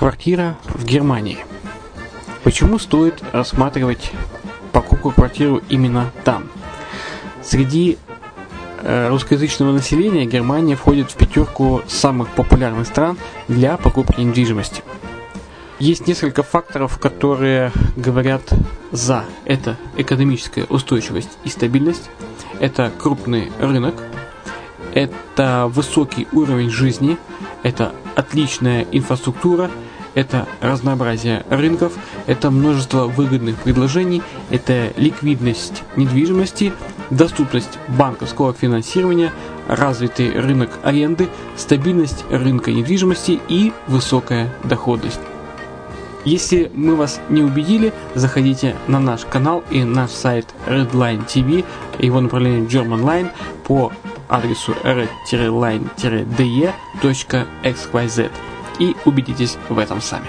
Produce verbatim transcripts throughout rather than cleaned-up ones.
Квартира в Германии. Почему стоит рассматривать покупку квартиры именно там? Среди э, русскоязычного населения Германия входит в пятерку самых популярных стран для покупки недвижимости. Есть несколько факторов, которые говорят за. Это экономическая устойчивость и стабильность, это крупный рынок, это высокий уровень жизни, это отличная инфраструктура, это разнообразие рынков, это множество выгодных предложений, это ликвидность недвижимости, доступность банковского финансирования, развитый рынок аренды, стабильность рынка недвижимости и высокая доходность. Если мы вас не убедили, заходите на наш канал и наш сайт Redline ти ви, его направление Germanline по адресу red line d e точка x y z и убедитесь в этом сами.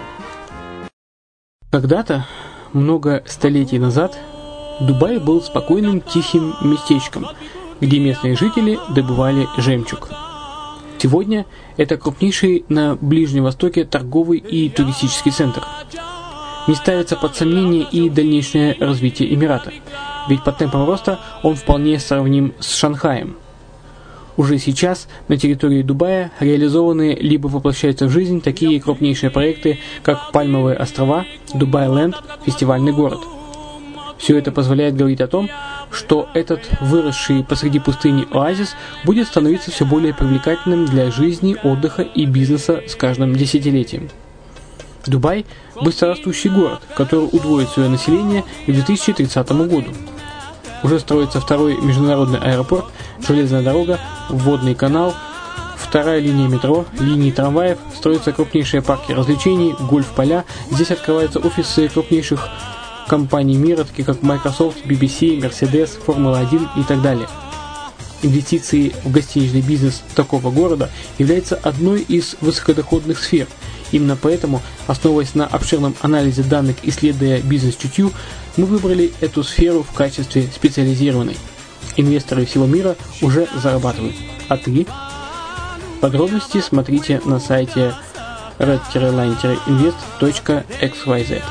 Когда-то, много столетий назад, Дубай был спокойным тихим местечком, где местные жители добывали жемчуг. Сегодня это крупнейший на Ближнем Востоке торговый и туристический центр. Не ставится под сомнение и дальнейшее развитие Эмирата, ведь по темпам роста он вполне сравним с Шанхаем. Уже сейчас на территории Дубая реализованы либо воплощаются в жизнь такие крупнейшие проекты, как Пальмовые острова, Дубай-Ленд, фестивальный город. Все это позволяет говорить о том, что этот выросший посреди пустыни оазис будет становиться все более привлекательным для жизни, отдыха и бизнеса с каждым десятилетием. Дубай – быстрорастущий город, который удвоит свое население к две тысячи тридцатому году. Уже строится второй международный аэропорт, железная дорога, водный канал, вторая линия метро, линии трамваев, строятся крупнейшие парки развлечений, гольф-поля. Здесь открываются офисы крупнейших компаний мира, таких как Microsoft, би би си, Mercedes, Формула один и так далее. Инвестиции в гостиничный бизнес такого города являются одной из высокодоходных сфер. Именно поэтому, основываясь на обширном анализе данных, исследуя бизнес-чутью, мы выбрали эту сферу в качестве специализированной. Инвесторы всего мира уже зарабатывают. А ты? Подробности смотрите на сайте red line invest точка x y z.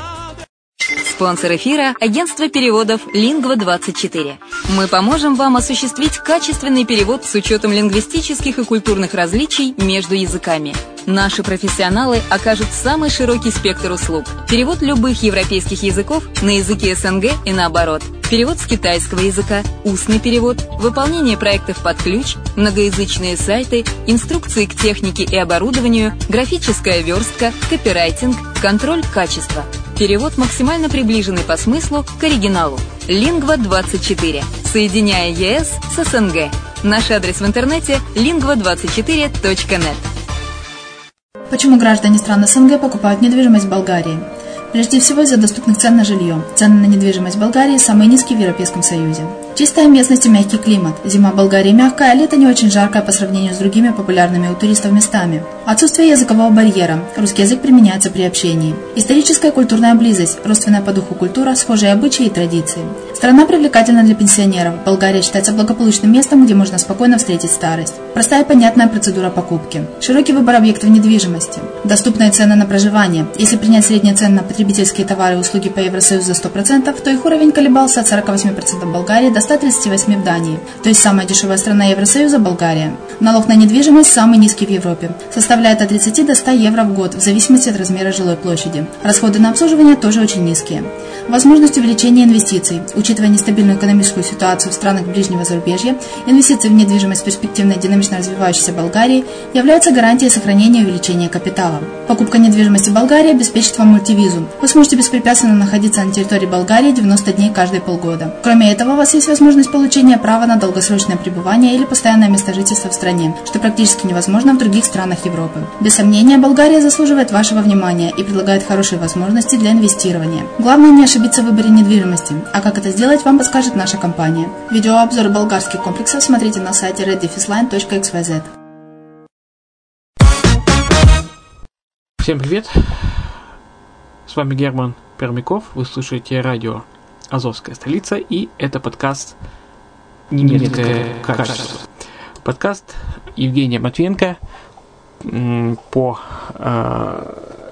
Спонсор эфира – агентство переводов Lingva двадцать четыре. Мы поможем вам осуществить качественный перевод с учетом лингвистических и культурных различий между языками. Наши профессионалы окажут самый широкий спектр услуг. Перевод любых европейских языков на языки эс эн гэ и наоборот. Перевод с китайского языка, устный перевод, выполнение проектов под ключ, многоязычные сайты, инструкции к технике и оборудованию, графическая верстка, копирайтинг, контроль качества. Перевод максимально приближенный по смыслу к оригиналу. Lingva двадцать четыре. Соединяя е эс с эс эн гэ. Наш адрес в интернете lingva двадцать четыре точка нет. Почему граждане стран эс эн гэ покупают недвижимость в Болгарии? Прежде всего из-за доступных цен на жилье. Цены на недвижимость в Болгарии самые низкие в Европейском Союзе. Чистая местность и мягкий климат. Зима в Болгарии мягкая, а лето не очень жаркое по сравнению с другими популярными у туристов местами. Отсутствие языкового барьера. Русский язык применяется при общении. Историческая и культурная близость. Родственная по духу культура, схожие обычаи и традиции. Страна привлекательна для пенсионеров. Болгария считается благополучным местом, где можно спокойно встретить старость. Простая и понятная процедура покупки. Широкий выбор объектов недвижимости. Доступные цены на проживание. Если принять средние цены на потребительские товары и услуги по Евросоюзу за сто процентов, то их уровень колебался от сорок восемь процентов в Болгарии до ста тридцати восьми процентов в Дании. То есть самая дешевая страна Евросоюза – Болгария. Налог на недвижимость самый низкий в Европе. Составляет от тридцати до ста евро в год, в зависимости от размера жилой площади. Расходы на обслуживание тоже очень низкие. Возможность увеличения инвестиций. Учитывая нестабильную экономическую ситуацию в странах ближнего зарубежья, инвестиции в недвижимость в перспективной динамично развивающейся Болгарии являются гарантией сохранения и увеличения капитала. Покупка недвижимости в Болгарии обеспечит вам мультивизу. Вы сможете беспрепятственно находиться на территории Болгарии девяносто дней каждые полгода. Кроме этого, у вас есть возможность получения права на долгосрочное пребывание или постоянное место жительства в стране, что практически невозможно в других странах Европы. Без сомнения, Болгария заслуживает вашего внимания и предлагает хорошие возможности для инвестирования. Главное не ошибиться в выборе недвижимости, а как это сделать, вам подскажет наша компания. Видеообзор болгарских комплексов смотрите на сайте red line точка x y z. Всем привет! С вами Герман Пермяков, вы слушаете радио «Азовская столица» и это подкаст «Немецкое качество». Подкаст Евгения Матвиенко по э,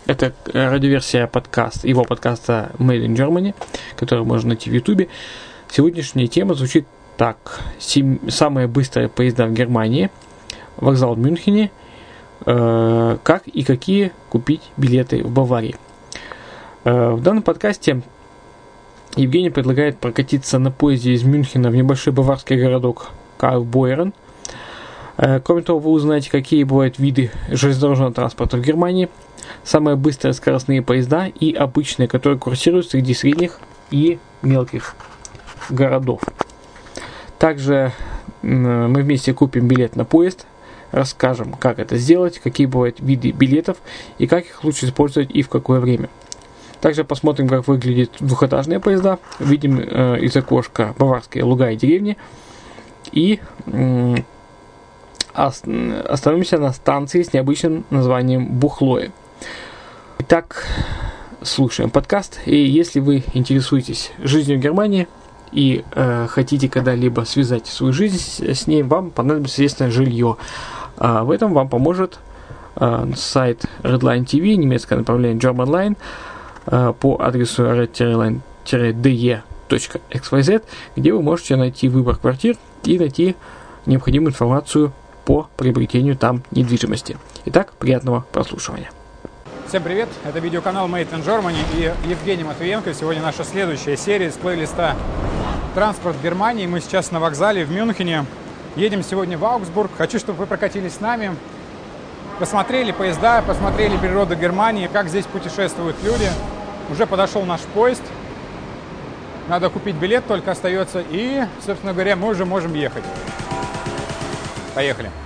Это радиоверсия подкаста, его подкаста Made in Germany, который можно найти в Ютубе. Сегодняшняя тема звучит так. Сем... Самые быстрые поезда в Германии, вокзал в Мюнхене, э, как и какие купить билеты в Баварии. Э, в данном подкасте Евгений предлагает прокатиться на поезде из Мюнхена в небольшой баварский городок Каufбeuren. Э, кроме того, вы узнаете, какие бывают виды железнодорожного транспорта в Германии, самые быстрые скоростные поезда и обычные, которые курсируют среди средних и мелких городов. Также мы вместе купим билет на поезд, расскажем, как это сделать, какие бывают виды билетов и как их лучше использовать и в какое время. Также посмотрим, как выглядят двухэтажные поезда, видим э, из окошка баварские луга и деревни и э, остановимся на станции с необычным названием Бухлое. Итак, слушаем подкаст, и если вы интересуетесь жизнью в Германии и э, хотите когда-либо связать свою жизнь с, с ней, вам понадобится, естественно, жилье. А в этом вам поможет э, сайт Redline ти ви, немецкое направление Germanline, э, по адресу red-line de точка икс уай зет, где вы можете найти выбор квартир и найти необходимую информацию по приобретению там недвижимости. Итак, приятного прослушивания. Всем привет, это видеоканал Made in Germany и Евгений Матвиенко. Сегодня наша следующая серия из плейлиста «Транспорт в Германии». Мы сейчас на вокзале в Мюнхене. Едем сегодня в Аугсбург. Хочу, чтобы вы прокатились с нами, посмотрели поезда, посмотрели природу Германии, как здесь путешествуют люди. Уже подошел наш поезд. Надо купить билет, только остается. И, собственно говоря, мы уже можем ехать. Поехали.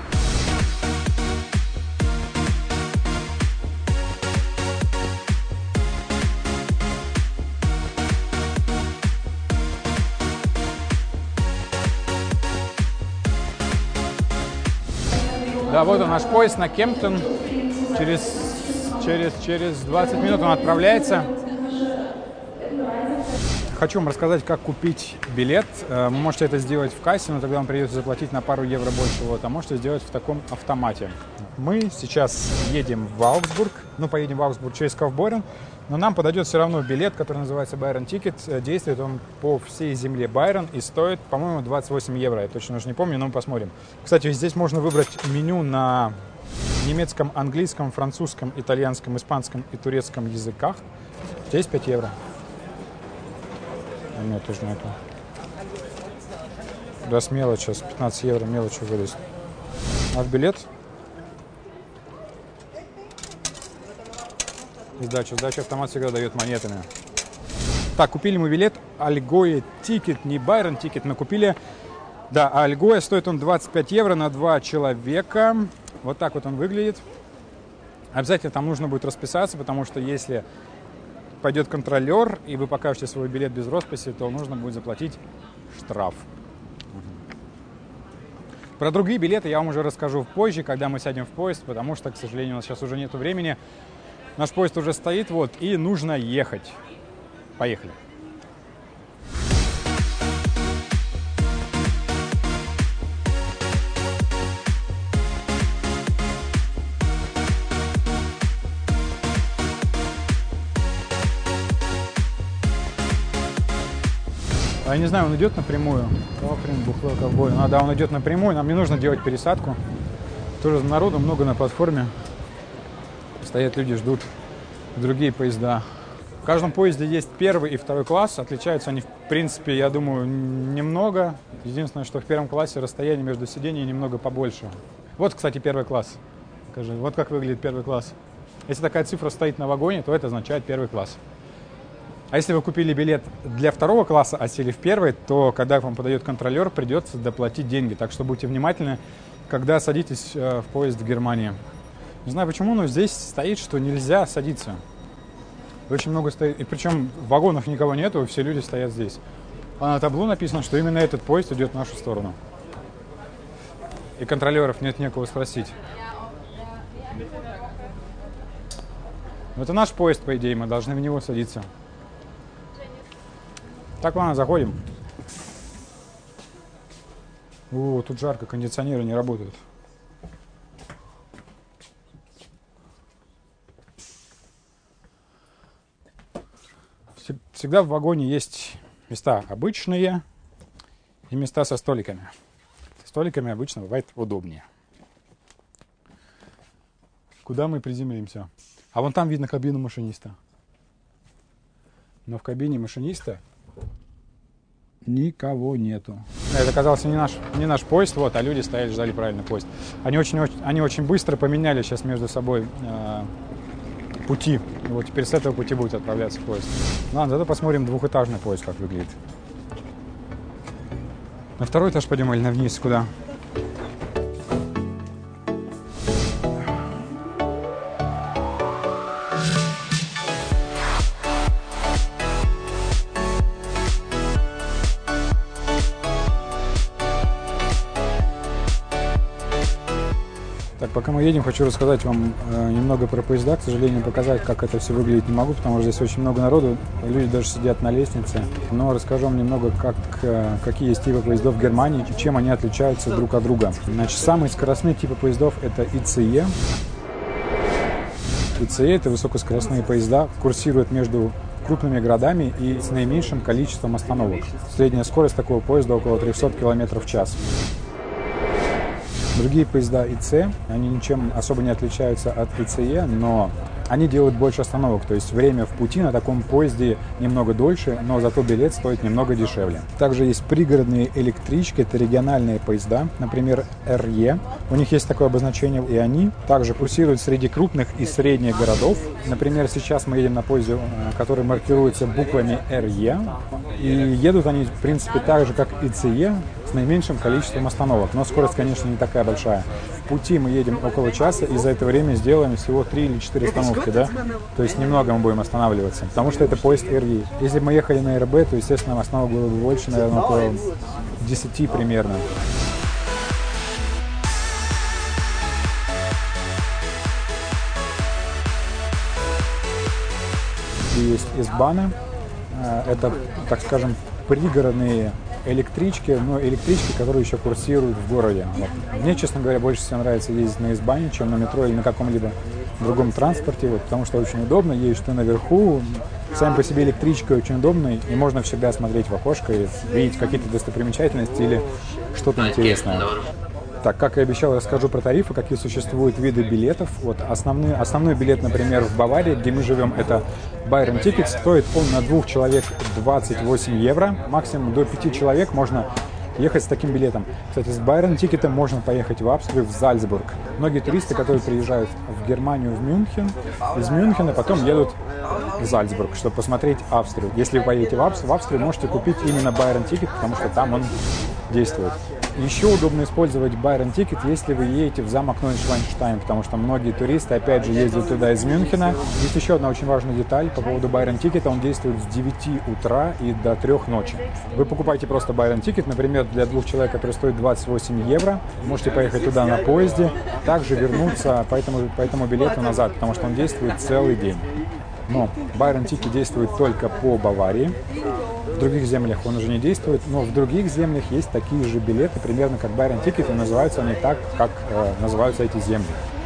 Да, вот он наш поезд на Кемптон. Через, через, через двадцать минут он отправляется. Хочу вам рассказать, как купить билет. Вы можете это сделать в кассе, но тогда вам придется заплатить на пару евро больше. Вот, а можете сделать в таком автомате. Мы сейчас едем в Аугсбург. Ну, поедем в Аугсбург через Каufбeuren. Но нам подойдет все равно билет, который называется Bayern Ticket. Действует он по всей земле Байрон и стоит, по-моему, двадцать восемь евро. Я точно уже не помню, но мы посмотрим. Кстати, здесь можно выбрать меню на немецком, английском, французском, итальянском, испанском и турецком языках. Здесь пять евро. А нет, тоже нету. Да, с мелочь сейчас, пятнадцать евро мелочью вылез. Наш билет. И сдачу. Сдачу автомат всегда дает монетами. Так, купили мы билет. Allgäu Ticket, не Bayern Ticket, мы купили. Да, Allgäu стоит он двадцать пять евро на два человека. Вот так вот он выглядит. Обязательно там нужно будет расписаться, потому что если пойдет контролер, и вы покажете свой билет без росписи, то нужно будет заплатить штраф. Про другие билеты я вам уже расскажу позже, когда мы сядем в поезд, потому что, к сожалению, у нас сейчас уже нет времени. Наш поезд уже стоит, вот, и нужно ехать. Поехали. Я не знаю, он идет напрямую. А, да, он идет напрямую. Нам не нужно делать пересадку. Тоже народу много на платформе. Стоят люди, ждут другие поезда. В каждом поезде есть первый и второй класс. Отличаются они, в принципе, я думаю, немного. Единственное, что в первом классе расстояние между сиденьями немного побольше. Вот, кстати, первый класс. Скажи, вот как выглядит первый класс. Если такая цифра стоит на вагоне, то это означает первый класс. А если вы купили билет для второго класса, а сели в первый, то когда вам подойдет контролер, придется доплатить деньги. Так что будьте внимательны, когда садитесь в поезд в Германии. Не знаю почему, но здесь стоит, что нельзя садиться. Очень много стоит. И причем в вагонах никого нету, все люди стоят здесь. А на табло написано, что именно этот поезд идет в нашу сторону. И контролеров нет некого спросить. Но это наш поезд, по идее, мы должны в него садиться. Так, ладно, заходим. О, тут жарко, кондиционеры не работают. всегда в вагоне есть места обычные и места со столиками. Со столиками обычно бывает удобнее. Куда мы приземлимся? А вон там видно кабину машиниста. Но в кабине машиниста никого нету. Это оказался не наш, не наш поезд, вот, а люди стояли, ждали правильный поезд. Они очень, очень, они очень быстро поменяли сейчас между собой э, пути. И вот теперь с этого пути будет отправляться поезд. Ладно, зато посмотрим двухэтажный поезд, как выглядит. На второй этаж пойдем или на вниз? Куда? Так, пока мы едем, хочу рассказать вам э, немного про поезда. К сожалению, показать, как это все выглядит, не могу, потому что здесь очень много народу. Люди даже сидят на лестнице. Но расскажу вам немного, как, э, какие есть типы поездов в Германии, чем они отличаются друг от друга. Значит, самые скоростные типы поездов – это и це е. и це е – это высокоскоростные поезда, курсируют между крупными городами и с наименьшим количеством остановок. Средняя скорость такого поезда около триста километров в час. Другие поезда и це, они ничем особо не отличаются от и це е, но они делают больше остановок, то есть время в пути на таком поезде немного дольше, но зато билет стоит немного дешевле. Также есть пригородные электрички, это региональные поезда, например, эр е. У них есть такое обозначение, и они также курсируют среди крупных и средних городов. Например, сейчас мы едем на поезде, который маркируется буквами эр е, и едут они, в принципе, так же, как и це е, с наименьшим количеством остановок, но скорость, конечно, не такая большая. В пути мы едем около часа, и за это время сделаем всего три или четыре остановки, да? То есть немного мы будем останавливаться, потому что это поезд эр е. Если бы мы ехали на эр бэ, то, естественно, остановок было бы больше, наверное, около десяти примерно. И есть эсбаны, это, так скажем, пригородные электрички, но электрички, которые еще курсируют в городе. Вот. Мне, честно говоря, больше всего нравится ездить на эсбане, чем на метро или на каком-либо другом транспорте, вот, потому что очень удобно, едешь ты наверху, сами по себе электричка очень удобная, и можно всегда смотреть в окошко и видеть какие-то достопримечательности или что-то интересное. Так, как и обещал, расскажу про тарифы, какие существуют виды билетов. Вот основной, основной билет, например, в Баварии, где мы живем, это Bayern Ticket. Стоит он на двух человек двадцать восемь евро. Максимум до пяти человек можно ехать с таким билетом. Кстати, с Bayern Ticket можно поехать в Австрию, в Зальцбург. Многие туристы, которые приезжают в Германию, в Мюнхен, из Мюнхена потом едут в Зальцбург, чтобы посмотреть Австрию. Если вы поедете в Австрию, в Австрию можете купить именно Bayern Ticket, потому что там он действует. Еще удобно использовать Bayern Ticket, если вы едете в замок Нойшванштайн, потому что многие туристы, опять же, ездят туда из Мюнхена. Есть еще одна очень важная деталь по поводу Bayern Ticket. Он действует с девяти утра и до трёх ночи. Вы покупаете просто Bayern Ticket, например, для двух человек, который стоит двадцать восемь евро. Можете поехать туда на поезде, также вернуться по этому, по этому билету назад, потому что он действует целый день. Но Bayern Ticket действует только по Баварии. В других землях он уже не действует, но в других землях есть такие же билеты, примерно как Bayern Ticket, и называются они так, как э, называются эти земли.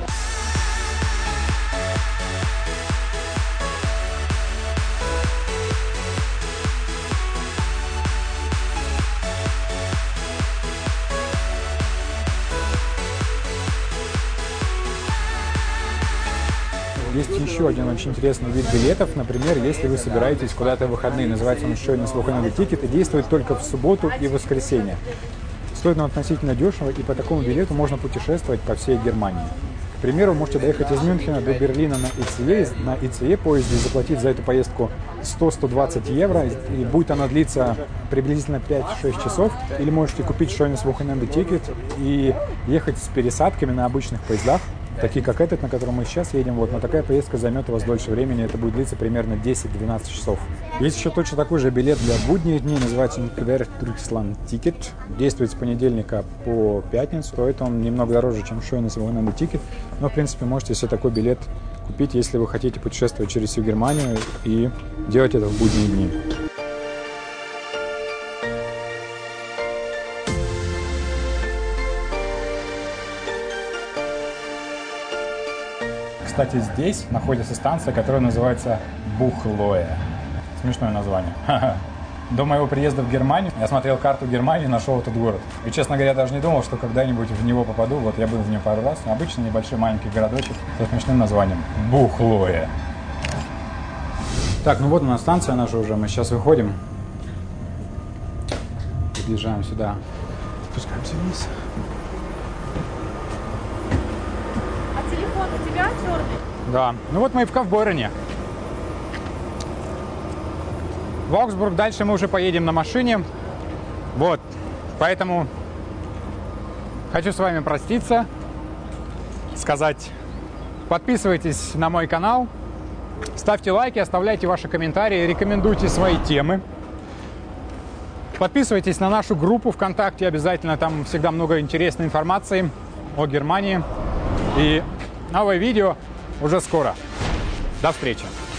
Есть еще один очень интересный вид билетов. Например, если вы собираетесь куда-то в выходные, называется он Schönes Wochenende Ticket, и действует только в субботу и воскресенье. Стоит он относительно дешево, и по такому билету можно путешествовать по всей Германии. К примеру, вы можете доехать из Мюнхена до Берлина на и це е, на и це е поезде, заплатить за эту поездку сто — сто двадцать евро, и будет она длиться приблизительно пять-шесть часов. Или можете купить Schönes Wochenende Ticket и ехать с пересадками на обычных поездах, такие как этот, на котором мы сейчас едем. Вот, но такая поездка займет у вас дольше времени, это будет длиться примерно десять-двенадцать часов. Есть еще точно такой же билет для будних дней, называется он Quer Deutschland Ticket. Действует с понедельника по пятницу, стоит он немного дороже, чем Schönes Wochenende Ticket, но в принципе можете себе такой билет купить, если вы хотите путешествовать через всю Германию и делать это в будние дни. Кстати, здесь находится станция, которая называется Бухлоэ. Смешное название. До моего приезда в Германию я смотрел карту Германии, нашел этот город. И, честно говоря, даже не думал, что когда-нибудь в него попаду. Вот я был в нем пару раз. Обычный небольшой маленький городочек со смешным названием Бухлое. Так, ну вот у нас станция наша уже. Мы сейчас выходим. Подъезжаем сюда. Спускаемся вниз. А телефон у тебя черный? Да. Ну вот мы и в Ковбойроне. В Аугсбург дальше мы уже поедем на машине. Вот. Поэтому хочу с вами проститься. Сказать, подписывайтесь на мой канал. Ставьте лайки, оставляйте ваши комментарии, рекомендуйте свои темы. Подписывайтесь на нашу группу ВКонтакте обязательно. Там всегда много интересной информации о Германии. И новое видео уже скоро. До встречи.